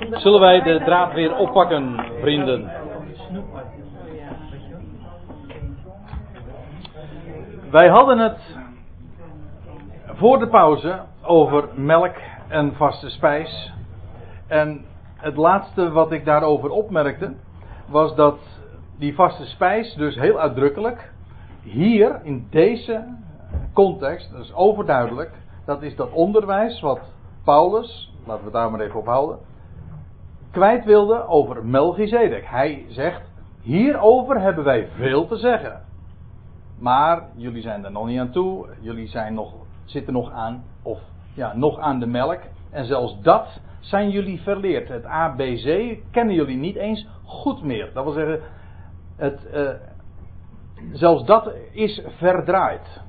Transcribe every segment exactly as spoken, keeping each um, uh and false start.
Zullen wij de draad weer oppakken, vrienden? Wij hadden het voor de pauze over melk en vaste spijs. En het laatste wat ik daarover opmerkte was dat die vaste spijs dus heel uitdrukkelijk hier in deze context, dat is overduidelijk, dat is dat onderwijs wat Paulus, laten we het daar maar even op houden, kwijt wilde over Melchizedek. Hij zegt, hierover hebben wij veel te zeggen. Maar jullie zijn er nog niet aan toe, jullie zijn nog, zitten nog aan, of ja, nog aan de melk. En zelfs dat zijn jullie verleerd. Het A B C kennen jullie niet eens goed meer. Dat wil zeggen, het, uh, zelfs dat is verdraaid.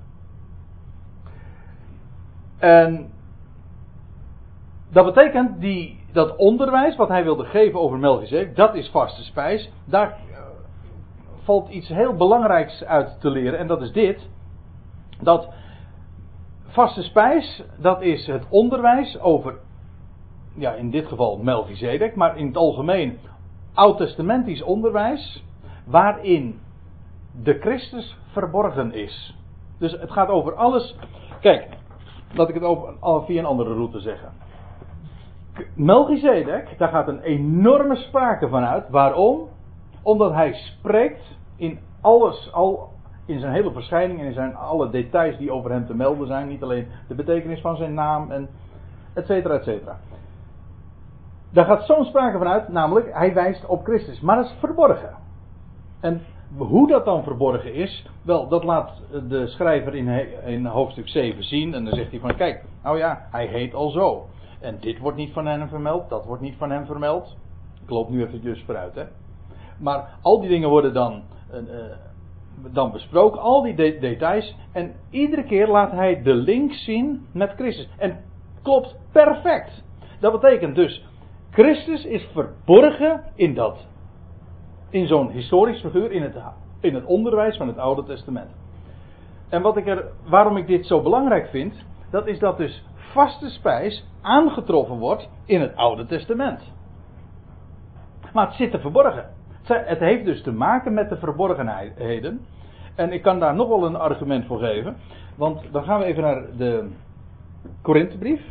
En dat betekent die, dat onderwijs wat hij wilde geven over Melchizedek, dat is vaste spijs. Daar uh, valt iets heel belangrijks uit te leren. En dat is dit. Dat vaste spijs, dat is het onderwijs over, ja, in dit geval Melchizedek, maar in het algemeen oud-testamentisch onderwijs, waarin de Christus verborgen is. Dus het gaat over alles. Kijk, laat ik het over, via een andere route zeggen. Melchizedek, daar gaat een enorme sprake van uit. Waarom? Omdat hij spreekt in alles, al in zijn hele verschijning en in zijn alle details die over hem te melden zijn. Niet alleen de betekenis van zijn naam en et cetera, et cetera. Daar gaat zo'n sprake van uit, namelijk hij wijst op Christus. Maar dat is verborgen. En hoe dat dan verborgen is, wel, dat laat de schrijver in, in hoofdstuk zeven zien. En dan zegt hij van, kijk, nou ja, hij heet al zo. En dit wordt niet van hem vermeld, dat wordt niet van hem vermeld. Ik loop nu eventjes vooruit, hè. Maar al die dingen worden dan, uh, dan besproken, al die de- details. En iedere keer laat hij de link zien met Christus. En klopt perfect. Dat betekent dus, Christus is verborgen in dat. In zo'n historisch figuur, in het, in het onderwijs van het Oude Testament. En wat ik er, waarom ik dit zo belangrijk vind, dat is dat dus vaste spijs aangetroffen wordt in het Oude Testament. Maar het zit te verborgen. Het heeft dus te maken met de verborgenheden. En ik kan daar nog wel een argument voor geven. Want dan gaan we even naar de Korinthebrief.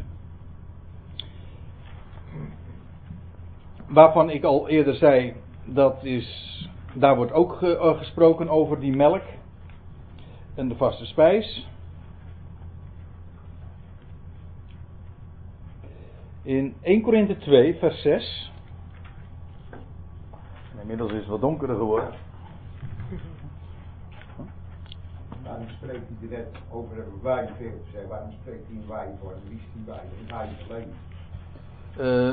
Waarvan ik al eerder zei, dat is, daar wordt ook ge, gesproken over die melk en de vaste spijs. In Eerste Korinthe twee, vers zes. Inmiddels is het wat donkerder geworden. Waarom spreekt hij direct over hebben wij veel te zeggen? Waarom spreekt hij in wij voor? Wie is die wij? En wij alleen. Uh,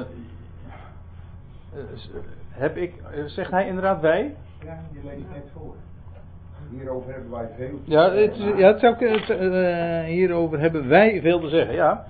uh, heb ik, uh, zegt hij inderdaad wij? Ja, je leest het net voor. Hierover hebben wij veel te ja, zeggen. het, ja, het zou, het, uh, hierover hebben wij veel te zeggen, ja.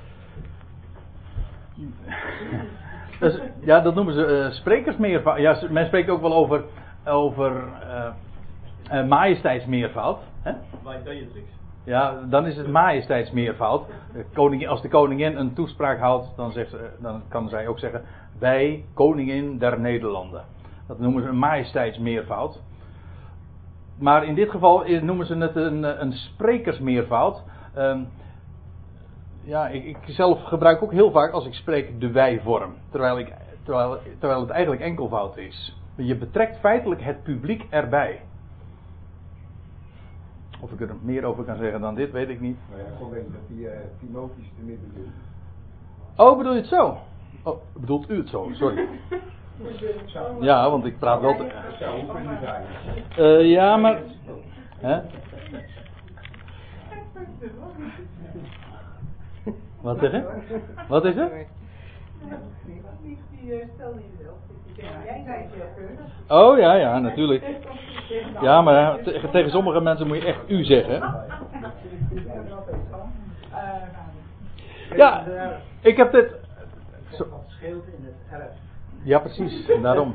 Dus, ja, dat noemen ze uh, sprekersmeervoud. Ja, men spreekt ook wel over, over uh, uh, majesteitsmeervoud. Hè? Ja, dan is het majesteitsmeervoud. De koningin, als de koningin een toespraak houdt, dan, zegt, dan kan zij ook zeggen, wij, koningin der Nederlanden. Dat noemen ze een majesteitsmeervoud. Maar in dit geval noemen ze het een, een sprekersmeervoud. Um, Ja, ik, ik zelf gebruik ook heel vaak als ik spreek de wij-vorm. Terwijl, ik, terwijl, terwijl het eigenlijk enkelvoud is. Je betrekt feitelijk het publiek erbij. Of ik er meer over kan zeggen dan dit, weet ik niet. Nou ja, ik kon weten dat die uh, Timotheus te midden doet. Oh, bedoel je het zo? Oh, bedoelt u het zo? Sorry. Ja, want ik praat wel te... Dat zou ook kunnen zijn. Uh, ja, maar... Hè? Wat zeg je? Wat is het? Oh ja, ja, natuurlijk. Ja, maar te, tegen sommige mensen moet je echt u zeggen. Ja, ik heb dit... Zo. Scheelt in het erf. Ja, precies, daarom.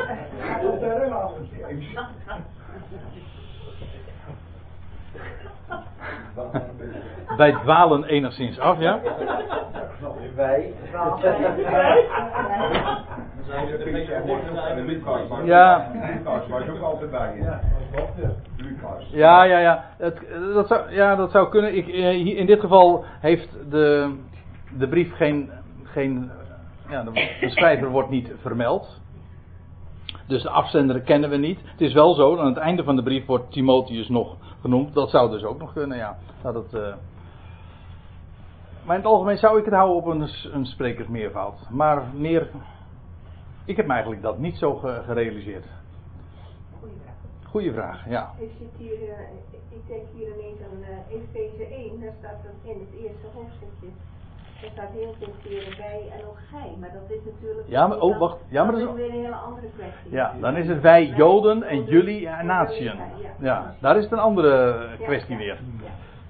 Wij dwalen enigszins af, ja? Wij. En Lucas was, Ja. Lucas was ook altijd bij je. Ja, dat klopt, ja. Lucas. Ja, ja, ja. Het, dat, zou, ja dat zou kunnen. Ik, eh, in dit geval heeft de, de brief geen... geen ja, de, de schrijver wordt niet vermeld. Dus de afzender kennen we niet. Het is wel zo, aan het einde van de brief wordt Timotheus nog genoemd. Dat zou dus ook nog kunnen, ja. Dat het, uh... Maar in het algemeen zou ik het houden op een, een sprekersmeervoud. Maar meer... Ik heb me eigenlijk dat niet zo ge- gerealiseerd. Goeie vraag. Goeie vraag, ja. Ik zit hier, uh, ik denk hier ineens aan uh, Efeze één, daar staat dat in het eerste hoofdstukje. Er staat heel veel keren wij en ook gij, maar dat is natuurlijk... Ja, maar, oh, wacht. Ja, maar dat dat is is... weer een hele andere kwestie. Ja, dan is het wij Joden en jullie en natieën. Ja, daar is het een andere kwestie weer. Ja.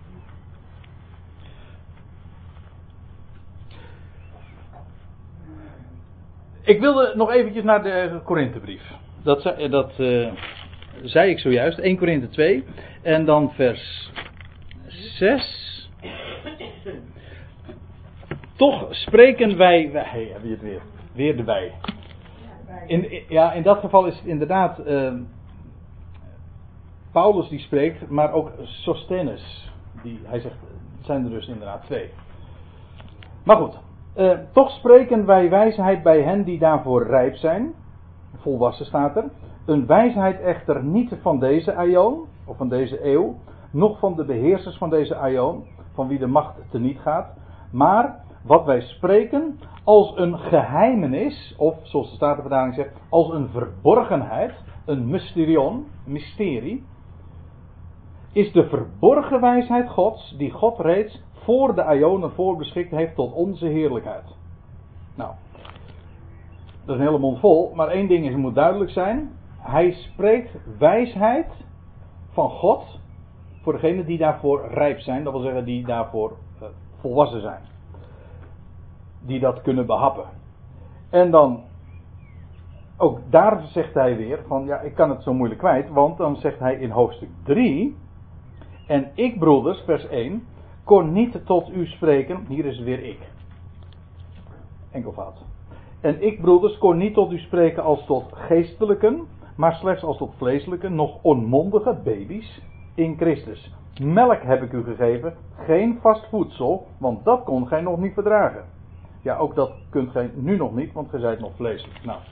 Ik wilde nog eventjes naar de Korinthebrief. Dat, zei, dat uh, zei ik zojuist, eerste Korinthe twee. En dan vers zes. Toch spreken wij... wij hey, heb je het weer? Weer de wij. In, in, ja, in dat geval is het inderdaad... Uh, Paulus die spreekt, maar ook Sosthenes. Die, hij zegt, het zijn er dus inderdaad twee. Maar goed. Uh, toch spreken wij wijsheid bij hen die daarvoor rijp zijn. Volwassen staat er. Een wijsheid echter niet van deze aion, of van deze eeuw, noch van de beheersers van deze aion, van wie de macht teniet gaat. Maar wat wij spreken als een geheimenis, of zoals de Statenvertaling zegt, als een verborgenheid, een mysterion, mysterie, is de verborgen wijsheid Gods, die God reeds voor de aionen voorbeschikt heeft tot onze heerlijkheid. Nou, dat is een hele mond vol, maar één ding is, moet duidelijk zijn. Hij spreekt wijsheid van God voor degenen die daarvoor rijp zijn, dat wil zeggen die daarvoor uh, volwassen zijn. Die dat kunnen behappen. En dan, ook daar zegt hij weer van, ja, ik kan het zo moeilijk kwijt, want dan zegt hij in hoofdstuk drie, en ik broeders, vers één, kon niet tot u spreken, hier is het weer ik. Enkelvoud. En ik broeders kon niet tot u spreken als tot geestelijken, maar slechts als tot vleeselijken, nog onmondige baby's in Christus. Melk heb ik u gegeven, geen vast voedsel, want dat kon gij nog niet verdragen. Ja, ook dat kunt gij nu nog niet, want gij zijt nog vleeselijk. Nou.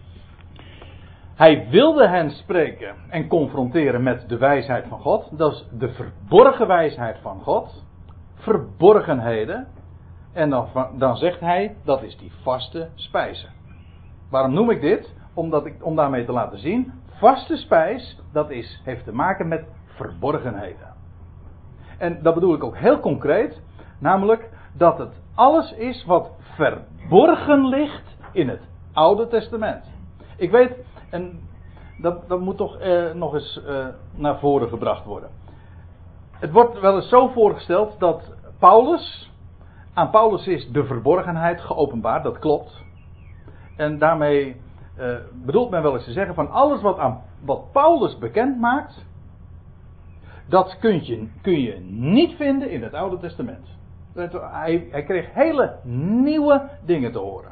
Hij wilde hen spreken en confronteren met de wijsheid van God. Dat is de verborgen wijsheid van God. Verborgenheden. En dan, dan zegt hij, dat is die vaste spijze. Waarom noem ik dit? Omdat ik, om daarmee te laten zien, vaste spijs, dat is, heeft te maken met verborgenheden. En dat bedoel ik ook heel concreet, namelijk dat het alles is wat verborgen ligt in het Oude Testament. Ik weet, en dat, dat moet toch eh, nog eens eh, naar voren gebracht worden. Het wordt wel eens zo voorgesteld dat Paulus, aan Paulus is de verborgenheid geopenbaard, dat klopt. En daarmee eh, bedoelt men wel eens te zeggen van alles wat, aan, wat Paulus bekend maakt, dat kun je, kun je niet vinden in het Oude Testament. Hij, hij kreeg hele nieuwe dingen te horen.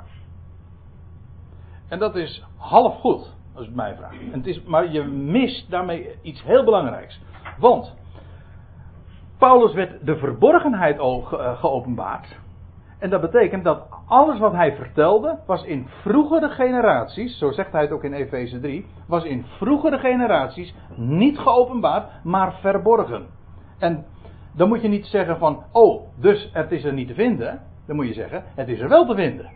En dat is half goed, als het mij vraagt. En het is, maar je mist daarmee iets heel belangrijks. Want Paulus werd de verborgenheid geopenbaard. En dat betekent dat alles wat hij vertelde, was in vroegere generaties, zo zegt hij het ook in Efeze drie, was in vroegere generaties niet geopenbaard, maar verborgen. En dan moet je niet zeggen van, oh, dus het is er niet te vinden. Dan moet je zeggen, het is er wel te vinden.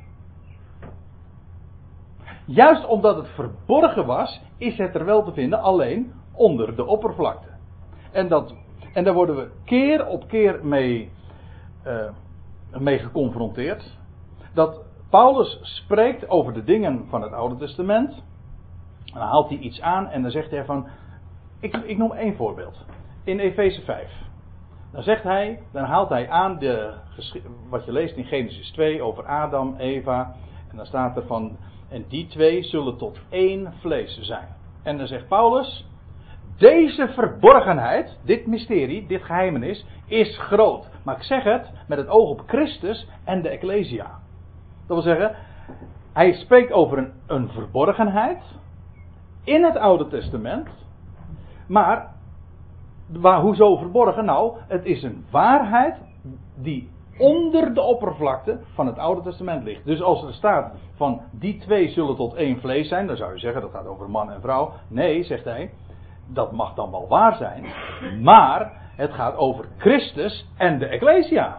Juist omdat het verborgen was, is het er wel te vinden, alleen onder de oppervlakte. En, dat, en daar worden we keer op keer mee, uh, mee geconfronteerd. Dat Paulus spreekt over de dingen van het Oude Testament. En dan haalt hij iets aan en dan zegt hij van, ik, ik noem één voorbeeld. In Efeze vijf. Dan zegt hij, dan haalt hij aan de, wat je leest in Genesis twee over Adam, Eva. En dan staat er van, en die twee zullen tot één vlees zijn. En dan zegt Paulus, deze verborgenheid, dit mysterie, dit geheimenis, is groot. Maar ik zeg het met het oog op Christus en de Ecclesia. Dat wil zeggen, hij spreekt over een, een verborgenheid in het Oude Testament. Maar, waar, hoezo verborgen? Nou, het is een waarheid die onder de oppervlakte van het Oude Testament ligt. Dus als er staat van die twee zullen tot één vlees zijn, dan zou je zeggen dat gaat over man en vrouw. Nee, zegt hij, dat mag dan wel waar zijn. Maar het gaat over Christus en de Ecclesia.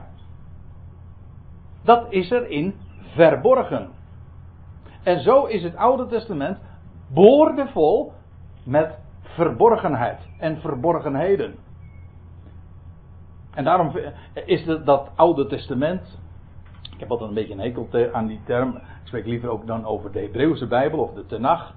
Dat is er in verborgen. En zo is het Oude Testament boordevol met verborgenheid en verborgenheden. En daarom is het, dat Oude Testament, ik heb altijd een beetje een hekel te, aan die term, ik spreek liever ook dan over de Hebreeuwse Bijbel of de Tenach.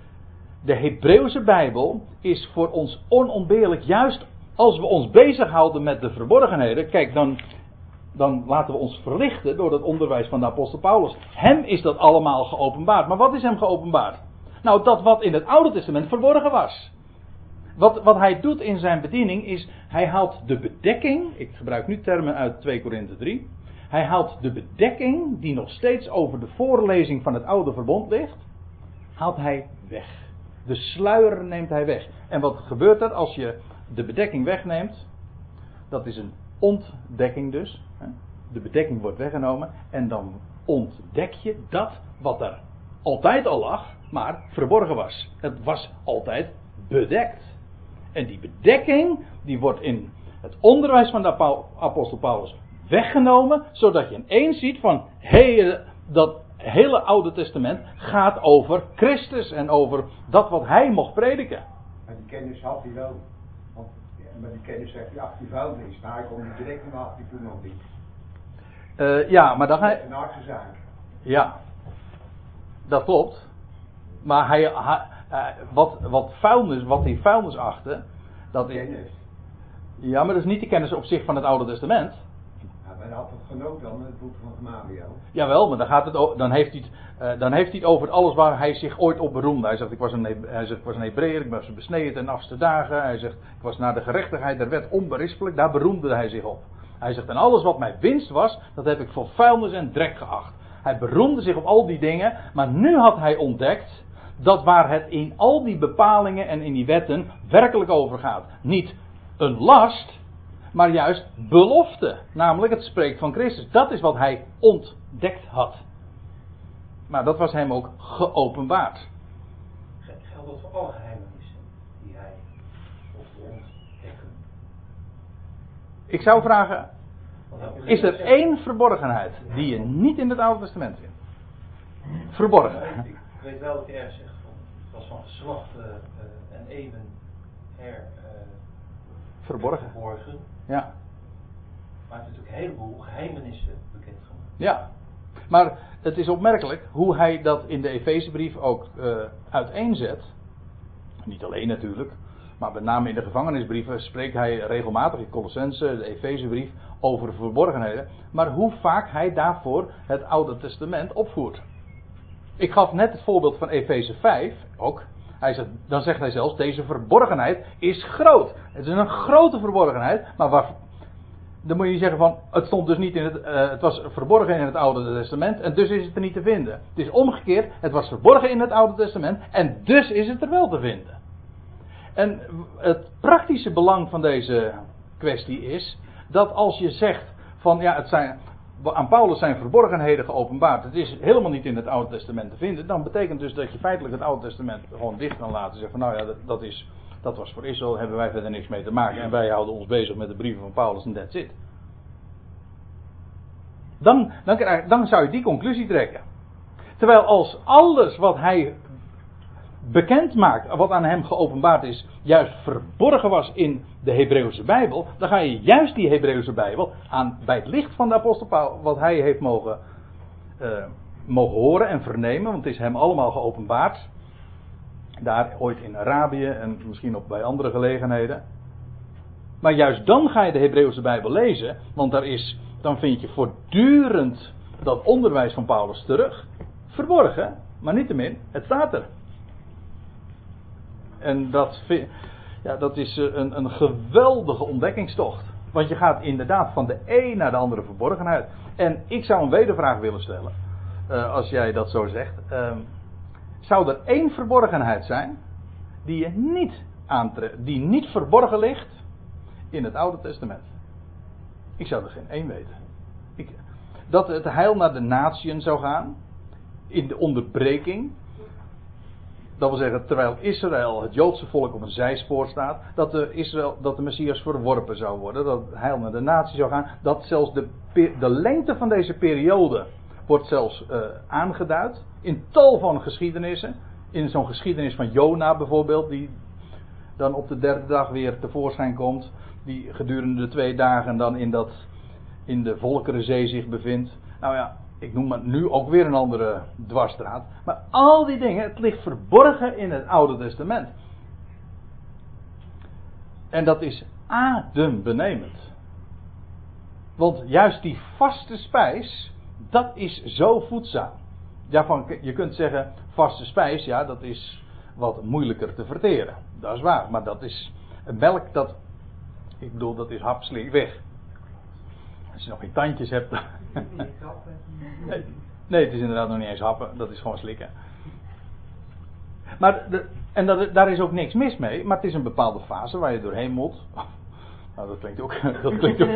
De Hebreeuwse Bijbel is voor ons onontbeerlijk, juist als we ons bezighouden met de verborgenheden. Kijk, dan, dan laten we ons verlichten door het onderwijs van de apostel Paulus. Hem is dat allemaal geopenbaard. Maar wat is hem geopenbaard? Nou, dat wat in het Oude Testament verborgen was. Wat, wat hij doet in zijn bediening is, hij haalt de bedekking, ik gebruik nu termen uit twee Korinthe drie. Hij haalt de bedekking die nog steeds over de voorlezing van het oude verbond ligt, haalt hij weg. De sluier neemt hij weg. En wat gebeurt er als je de bedekking wegneemt? Dat is een ontdekking dus. De bedekking wordt weggenomen en dan ontdek je dat wat er altijd al lag, maar verborgen was. Het was altijd bedekt. En die bedekking, die wordt in het onderwijs van de apostel Paulus weggenomen, zodat je ineens ziet van, hey, dat hele Oude Testament gaat over Christus en over dat wat hij mocht prediken. Maar die kennis had hij wel. Want, maar die kennis heeft hij achter die vuilnis. Maar hij kon die bedekking af, die toen nog niet. Uh, ja, maar dan ga Dat is een harde zaak. Ja, dat klopt. Maar hij, hij uh, wat, wat vuilnis, wat hij vuilnis achtte, dat is. Kennis. Ja, maar dat is niet de kennis op zich van het Oude Testament. Ja, maar hij had het genoten dan met het boek van Gamaliel. Jawel, maar dan, gaat het, dan, heeft hij het, uh, dan heeft hij het over alles waar hij zich ooit op beroemde. Hij zegt, ik was een, hij zegt, ik was een Hebreeër, ik was besneden ten achtste dagen. Hij zegt, ik was naar de gerechtigheid der wet onberispelijk. Daar beroemde hij zich op. Hij zegt, en alles wat mij winst was, dat heb ik voor vuilnis en drek geacht. Hij beroemde zich op al die dingen, maar nu had hij ontdekt dat waar het in al die bepalingen en in die wetten werkelijk over gaat. Niet een last, maar juist belofte. Namelijk het spreekt van Christus. Dat is wat hij ontdekt had. Maar dat was hem ook geopenbaard. Geldt dat voor alle geheimenissen die hij ontdekken? Ik zou vragen, is er één verborgenheid die je niet in het Oude Testament vindt? Verborgen. Ik weet wel dat hij ergens zegt van, het was van geslachten uh, en eeuwen her uh, verborgen. verborgen. Ja. Maar hij heeft natuurlijk een heleboel geheimenissen bekendgemaakt. Ja. Maar het is opmerkelijk hoe hij dat in de Efezebrief ook uh, uiteenzet. Niet alleen natuurlijk. Maar met name in de gevangenisbrieven spreekt hij regelmatig in Colossense, de Efezebrief, over verborgenheden. Maar hoe vaak hij daarvoor het Oude Testament opvoert. Ik gaf net het voorbeeld van Efeze vijf ook. Hij zegt, dan zegt hij zelfs, deze verborgenheid is groot. Het is een grote verborgenheid, maar waar, dan moet je zeggen van, het stond dus niet in het, uh, het was verborgen in het Oude Testament en dus is het er niet te vinden. Het is omgekeerd, het was verborgen in het Oude Testament en dus is het er wel te vinden. En het praktische belang van deze kwestie is, dat als je zegt van, ja, het zijn, aan Paulus zijn verborgenheden geopenbaard, het is helemaal niet in het Oude Testament te vinden, dan betekent dus dat je feitelijk het Oude Testament gewoon dicht kan laten. Zeggen van, nou ja, dat, dat, is, dat was voor Israël, hebben wij verder niks mee te maken en wij houden ons bezig met de brieven van Paulus en that's it. Dan, dan, krijg, dan zou je die conclusie trekken. Terwijl als alles wat hij bekend maakt, wat aan hem geopenbaard is, juist verborgen was in de Hebreeuwse Bijbel, dan ga je juist die Hebreeuwse Bijbel aan, bij het licht van de apostel Paulus, wat hij heeft mogen, uh, mogen horen en vernemen, want het is hem allemaal geopenbaard, daar ooit in Arabië en misschien ook bij andere gelegenheden. Maar juist dan ga je de Hebreeuwse Bijbel lezen, want daar is, dan vind je voortdurend dat onderwijs van Paulus terug, verborgen, maar niettemin, het staat er. En dat, ja, dat is een, een geweldige ontdekkingstocht. Want je gaat inderdaad van de een naar de andere verborgenheid. En ik zou een wedervraag willen stellen. uh, als jij dat zo zegt. Uh, zou er één verborgenheid zijn die je niet aantreft, die niet verborgen ligt in het Oude Testament? Ik zou er geen één weten. Ik, dat het heil naar de natieën zou gaan, in de onderbreking. Dat wil zeggen, terwijl Israël, het Joodse volk, op een zijspoor staat, dat de, Israël, dat de Messias verworpen zou worden, dat het heil naar de natie zou gaan, dat zelfs de, de lengte van deze periode wordt zelfs uh, aangeduid, in tal van geschiedenissen, in zo'n geschiedenis van Jona bijvoorbeeld, die dan op de derde dag weer tevoorschijn komt, die gedurende de twee dagen dan in, dat, in de Volkerenzee zich bevindt. Nou ja, ik noem het nu ook weer een andere dwarsstraat. Maar al die dingen, het ligt verborgen in het Oude Testament. En dat is adembenemend. Want juist die vaste spijs, dat is zo voedzaam. Daarvan, je kunt zeggen, vaste spijs, ja, dat is wat moeilijker te verteren. Dat is waar, maar dat is melk, dat, ik bedoel, dat is hapslik weg. Als je nog geen tandjes hebt. nee, nee, het is inderdaad nog niet eens happen, dat is gewoon slikken. Maar de, en dat, daar is ook niks mis mee, maar het is een bepaalde fase waar je doorheen moet. Oh, nou, dat klinkt ook. Dat klinkt ook.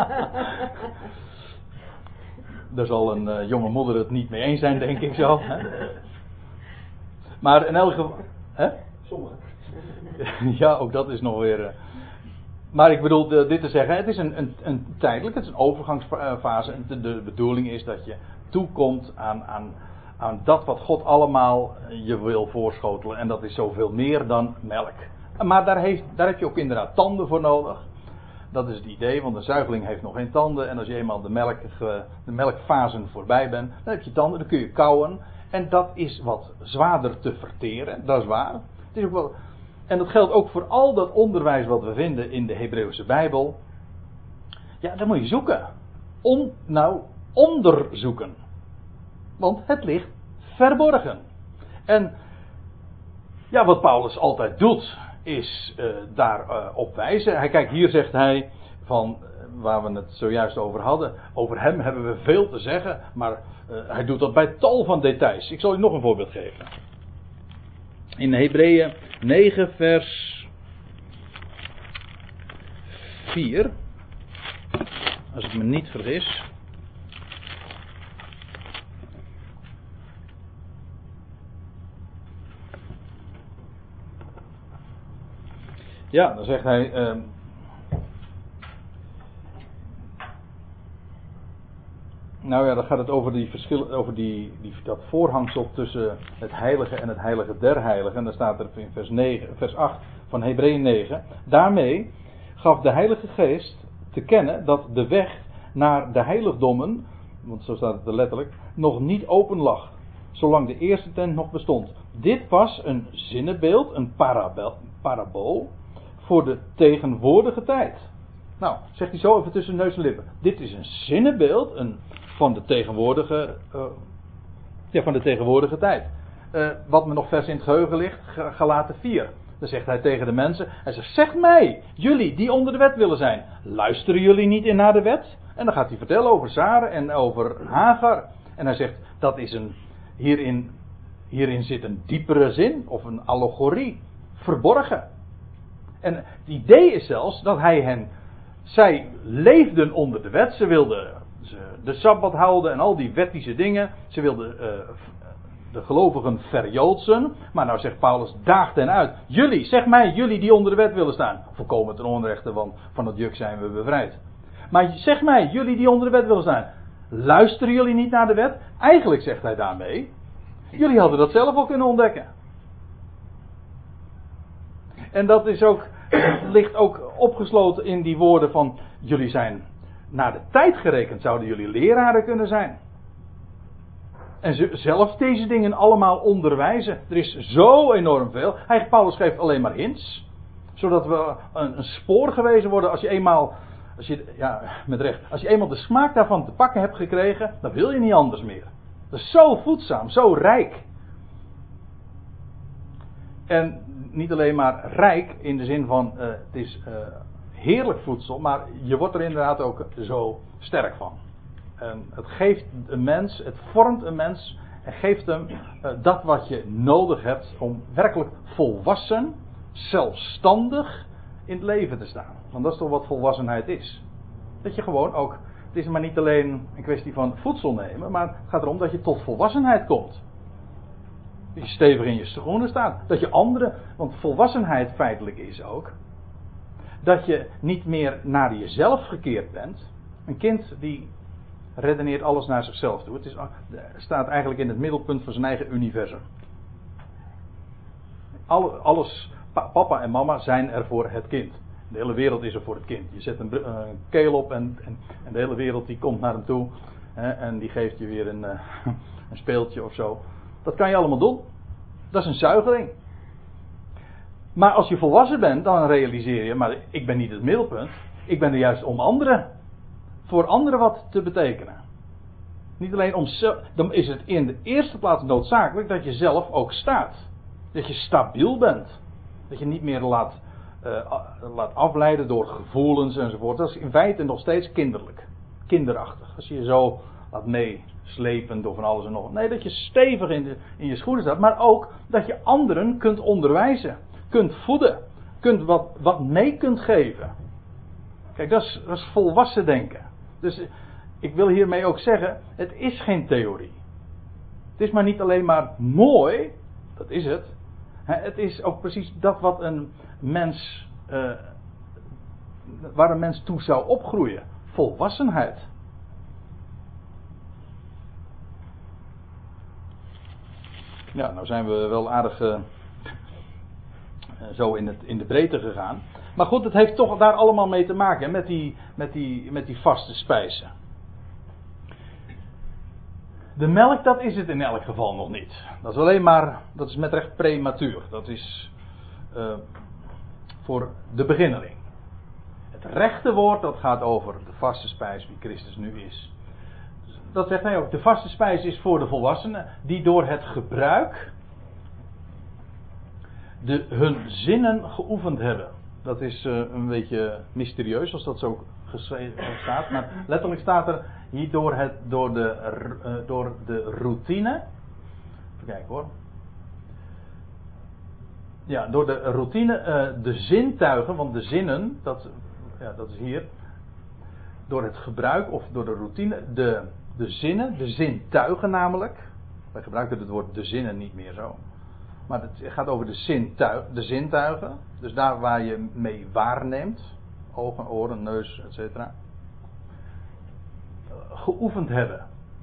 Daar zal een uh, jonge moeder het niet mee eens zijn, denk ik zo. Hè? Maar in elk geval. Hè? Sommigen. Ja, ook dat is nog weer. Uh, Maar ik bedoel de, dit te zeggen, het is een, een, een tijdelijk, het is een overgangsfase. En de, de bedoeling is dat je toekomt aan, aan, aan dat wat God allemaal je wil voorschotelen. En dat is zoveel meer dan melk. Maar daar, heeft, daar heb je ook inderdaad tanden voor nodig. Dat is het idee, want een zuigeling heeft nog geen tanden. En als je eenmaal de, melk, de melkfasen voorbij bent, dan heb je tanden, dan kun je kauwen. En dat is wat zwaarder te verteren, dat is waar. Het is ook wel... En dat geldt ook voor al dat onderwijs wat we vinden in de Hebreeuwse Bijbel. Ja, dat moet je zoeken. Om, nou, onderzoeken. Want het ligt verborgen. En ja, wat Paulus altijd doet, is uh, daar uh, op wijzen. Hij, kijk, hier zegt hij, van, waar we het zojuist over hadden. Over hem hebben we veel te zeggen, maar uh, hij doet dat bij tal van details. Ik zal u nog een voorbeeld geven. In Hebreeën negen vers vier. Als ik me niet vergis. Ja, dan zegt hij. Uh, Nou ja, dan gaat het over, die verschil, over die, die, dat voorhangsel tussen het heilige en het heilige der heiligen. En dan staat er in vers, negen, vers acht van Hebreeën negen. Daarmee gaf de Heilige Geest te kennen dat de weg naar de heiligdommen, want zo staat het er letterlijk, nog niet open lag. Zolang de eerste tent nog bestond. Dit was een zinnebeeld, een parabel, parabool, voor de tegenwoordige tijd. Nou, zegt hij zo even tussen neus en lippen. Dit is een zinnebeeld, een... Van de tegenwoordige, uh, ja, van de tegenwoordige tijd. Uh, wat me nog vers in het geheugen ligt, Galaten vier. Dan zegt hij tegen de mensen, hij zegt, zeg mij, jullie die onder de wet willen zijn, luisteren jullie niet in naar de wet? En dan gaat hij vertellen over Sara en over Hagar. En hij zegt, dat is een, hierin, hierin zit een diepere zin, of een allegorie, verborgen. En het idee is zelfs dat hij hen, zij leefden onder de wet, ze wilden de Sabbat houden en al die wettische dingen. Ze wilden uh, de gelovigen verjoodsen. Maar nou zegt Paulus, daag hen uit. Jullie, zeg mij, jullie die onder de wet willen staan. Volkomen ten onrechte, want van het juk zijn we bevrijd. Maar zeg mij, jullie die onder de wet willen staan. Luisteren jullie niet naar de wet? Eigenlijk zegt hij daarmee, jullie hadden dat zelf al kunnen ontdekken. En dat is ook, ligt ook opgesloten in die woorden van, jullie zijn... Naar de tijd gerekend zouden jullie leraren kunnen zijn. En zelf deze dingen allemaal onderwijzen. Er is zo enorm veel. Hij, Paulus geeft alleen maar hints. Zodat we een, een spoor gewezen worden. Als je eenmaal, als je, ja, met recht, als je eenmaal de smaak daarvan te pakken hebt gekregen, dan wil je niet anders meer. Dat is zo voedzaam, zo rijk. En niet alleen maar rijk in de zin van, uh, het is... Uh, heerlijk voedsel, maar je wordt er inderdaad ook zo sterk van. En het geeft een mens, het vormt een mens en geeft hem uh, dat wat je nodig hebt om werkelijk volwassen, zelfstandig in het leven te staan. Want dat is toch wat volwassenheid is. Dat je gewoon ook, het is maar niet alleen een kwestie van voedsel nemen, maar het gaat erom dat je tot volwassenheid komt. Dat je stevig in je schoenen staat. Dat je anderen, want volwassenheid feitelijk is ook, dat je niet meer naar jezelf gekeerd bent. Een kind die redeneert alles naar zichzelf toe. Het is, staat eigenlijk in het middelpunt van zijn eigen universum. Alle, alles, papa en mama zijn er voor het kind. De hele wereld is er voor het kind. Je zet een, een keel op en, en, en de hele wereld die komt naar hem toe. Hè, en die geeft je weer een, een speeltje of zo. Dat kan je allemaal doen. Dat is een zuigeling. Maar als je volwassen bent, dan realiseer je, maar ik ben niet het middelpunt. Ik ben er juist om anderen. Voor anderen wat te betekenen. Niet alleen om zelf. Dan is het in de eerste plaats noodzakelijk dat je zelf ook staat. Dat je stabiel bent. Dat je niet meer laat, uh, laat afleiden door gevoelens enzovoort. Dat is in feite nog steeds kinderlijk. Kinderachtig. Als je je zo laat meeslepen door van alles en nog wat. Nee, dat je stevig in, de, in je schoenen staat. Maar ook dat je anderen kunt onderwijzen. Kunt voeden. Kunt wat, wat mee kunt geven. Kijk, dat is, dat is volwassen denken. Dus ik wil hiermee ook zeggen, het is geen theorie. Het is maar niet alleen maar mooi, dat is het. Het is ook precies dat wat een mens, uh, waar een mens toe zou opgroeien. Volwassenheid. Ja, nou zijn we wel aardig uh, zo in, het, in de breedte gegaan. Maar goed, het heeft toch daar allemaal mee te maken, met die, met die, met die vaste spijzen. De melk, dat is het in elk geval nog niet. Dat is alleen maar, dat is met recht prematuur. Dat is uh, voor de beginneling. Het rechte woord, dat gaat over de vaste spijs, wie Christus nu is. Dat zegt hij ook, de vaste spijs is voor de volwassenen, die door het gebruik de, hun zinnen geoefend hebben. Dat is uh, een beetje mysterieus als dat zo geschreven staat. Maar letterlijk staat er hier door, het, door, de, uh, door de routine. Even kijken hoor. Ja, door de routine, uh, de zintuigen, want de zinnen, dat, ja, dat is hier. Door het gebruik of door de routine, de, de zinnen, de zintuigen namelijk. Wij gebruiken het woord de zinnen niet meer zo. Maar het gaat over de, zintuig, de zintuigen. Dus daar waar je mee waarneemt. Ogen, oren, neus, et cetera. Geoefend hebben.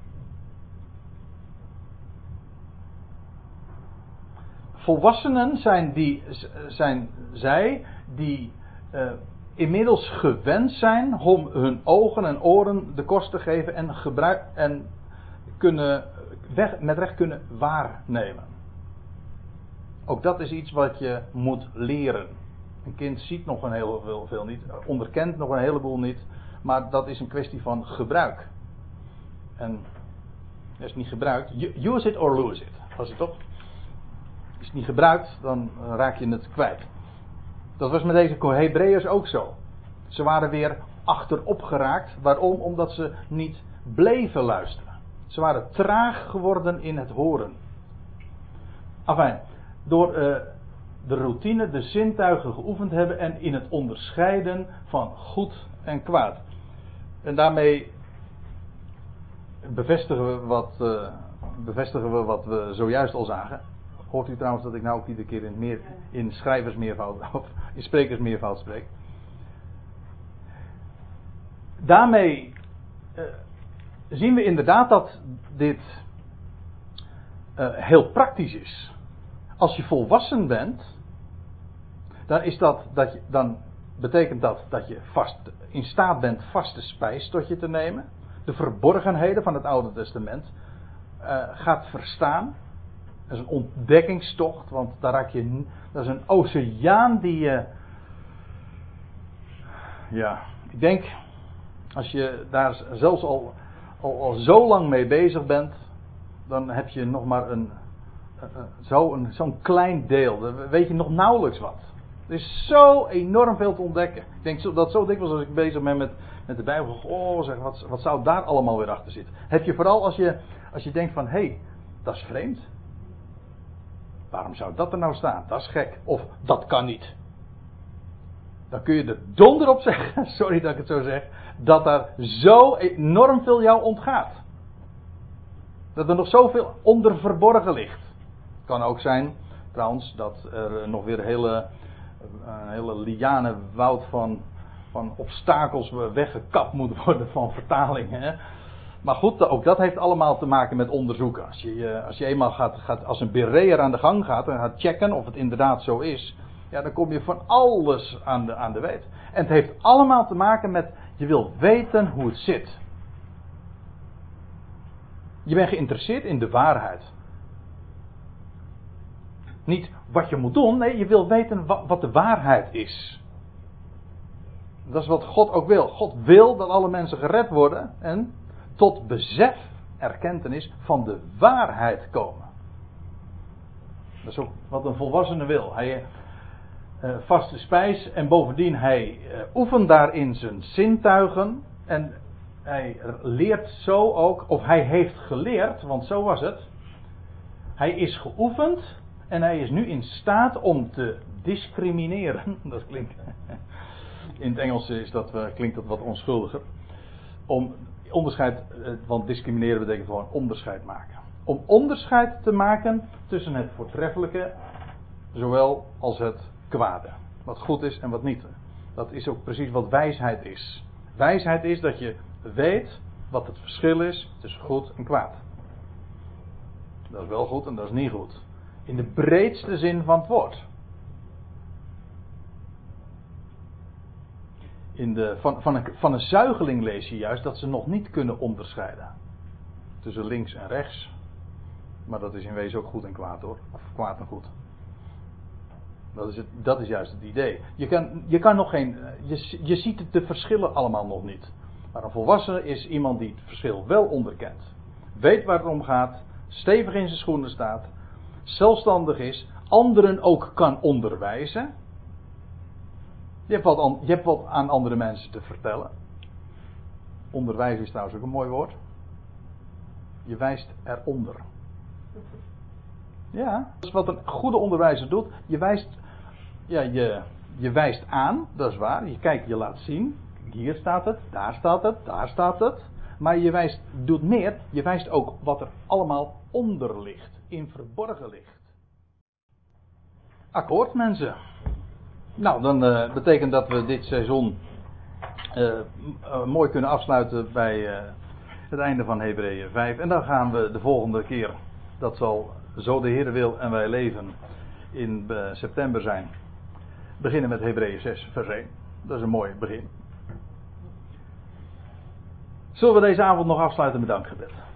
Volwassenen zijn, die, zijn zij die uh, inmiddels gewend zijn om hun ogen en oren de kost te geven en, gebruik, en kunnen, weg, met recht kunnen waarnemen. Ook dat is iets wat je moet leren. Een kind ziet nog een heel veel, veel niet, onderkent nog een heleboel niet, maar dat is een kwestie van gebruik. En als het niet gebruikt, use it or lose it, was het toch? Als het niet gebruikt, dan raak je het kwijt. Dat was met deze Hebreeërs ook zo. Ze waren weer achterop geraakt. Waarom? Omdat ze niet bleven luisteren. Ze waren traag geworden in het horen. Enfin, door uh, de routine, de zintuigen geoefend hebben en in het onderscheiden van goed en kwaad. En daarmee bevestigen we wat, uh, bevestigen we wat we zojuist al zagen. Hoort u trouwens dat ik nou ook iedere keer in, meer, in schrijversmeervoud of in sprekersmeervoud spreek. Daarmee uh, zien we inderdaad dat dit uh, heel praktisch is. Als je volwassen bent, dan, is dat, dat je, dan betekent dat dat je vast in staat bent vaste spijs tot je te nemen. De verborgenheden van het Oude Testament uh, gaat verstaan. Dat is een ontdekkingstocht, want daar raak je, dat is een oceaan die je, ja, ik denk, als je daar zelfs al, al, al zo lang mee bezig bent, dan heb je nog maar een, een, zo een, zo'n klein deel, dan weet je nog nauwelijks wat. Er is zo enorm veel te ontdekken. Ik denk zo, dat zo dikwijls als ik bezig ben met, met de Bijbel. Oh, zeg, wat, wat zou daar allemaal weer achter zitten? Heb je vooral als je, als je denkt van, hé, hey, dat is vreemd. Waarom zou dat er nou staan? Dat is gek. Of dat kan niet. Dan kun je er donder op zeggen, sorry dat ik het zo zeg, dat daar zo enorm veel jou ontgaat. Dat er nog zoveel onder verborgen ligt. Het kan ook zijn, trouwens, dat er nog weer een hele, een hele lianenwoud van, van obstakels weggekapt moet worden van vertalingen. Hè? Maar goed, ook dat heeft allemaal te maken met onderzoeken. Als je, als je eenmaal gaat, gaat, als een bereer aan de gang gaat en gaat checken of het inderdaad zo is, ja, dan kom je van alles aan de, aan de weet. En het heeft allemaal te maken met, je wil weten hoe het zit. Je bent geïnteresseerd in de waarheid. Niet wat je moet doen, nee, je wil weten wat, wat de waarheid is. Dat is wat God ook wil. God wil dat alle mensen gered worden en tot besef, erkentenis van de waarheid komen. Dat is ook wat een volwassene wil. Hij uh, vaste spijs en bovendien hij uh, oefent daarin zijn zintuigen en hij leert zo ook, of hij heeft geleerd, want zo was het. Hij is geoefend en hij is nu in staat om te discrimineren. Dat klinkt, in het Engels is dat, uh, klinkt dat wat onschuldiger. Om onderscheid, want discrimineren betekent gewoon onderscheid maken. Om onderscheid te maken tussen het voortreffelijke, zowel als het kwade. Wat goed is en wat niet. Dat is ook precies wat wijsheid is. Wijsheid is dat je weet wat het verschil is tussen goed en kwaad. Dat is wel goed en dat is niet goed. In de breedste zin van het woord. In de, van, van, een, van een zuigeling lees je juist dat ze nog niet kunnen onderscheiden. Tussen links en rechts. Maar dat is in wezen ook goed en kwaad hoor. Of kwaad en goed. Dat is, het, dat is juist het idee. Je kan, je kan nog geen. Je, je ziet de verschillen allemaal nog niet. Maar een volwassene is iemand die het verschil wel onderkent. Weet waar het om gaat. Stevig in zijn schoenen staat. Zelfstandig is. Anderen ook kan onderwijzen. Je hebt, wat aan, je hebt wat aan andere mensen te vertellen. Onderwijzen is trouwens ook een mooi woord. Je wijst eronder. Ja, dat is wat een goede onderwijzer doet. Je wijst, ja, je, je wijst aan, dat is waar. Je kijkt, je laat zien. Hier staat het, daar staat het, daar staat het. Maar je wijst, doet meer. Je wijst ook wat er allemaal onder ligt. In verborgen ligt. Akkoord, mensen. Nou, dan uh, betekent dat we dit seizoen uh, uh, mooi kunnen afsluiten bij uh, het einde van Hebreeën vijf. En dan gaan we de volgende keer, dat zal zo de Heer wil en wij leven, in uh, september zijn. Beginnen met Hebreeën zes, vers één. Dat is een mooi begin. Zullen we deze avond nog afsluiten met dankgebed?